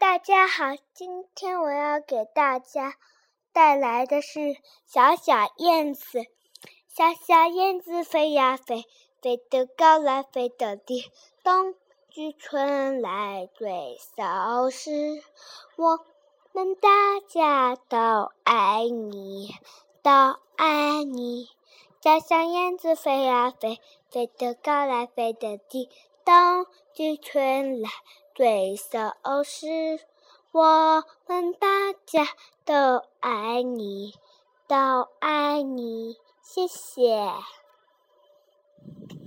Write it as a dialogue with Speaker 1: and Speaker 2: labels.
Speaker 1: 大家好，今天我要给大家带来的是小小燕子。小小燕子飞呀飞，飞得高来飞得低，冬去春来最收拾。我们大家都爱你，都爱你。小小燕子飞呀飞，飞得高来飞得低，冬去春来最收拾。我们大家都爱你，都爱你，谢谢。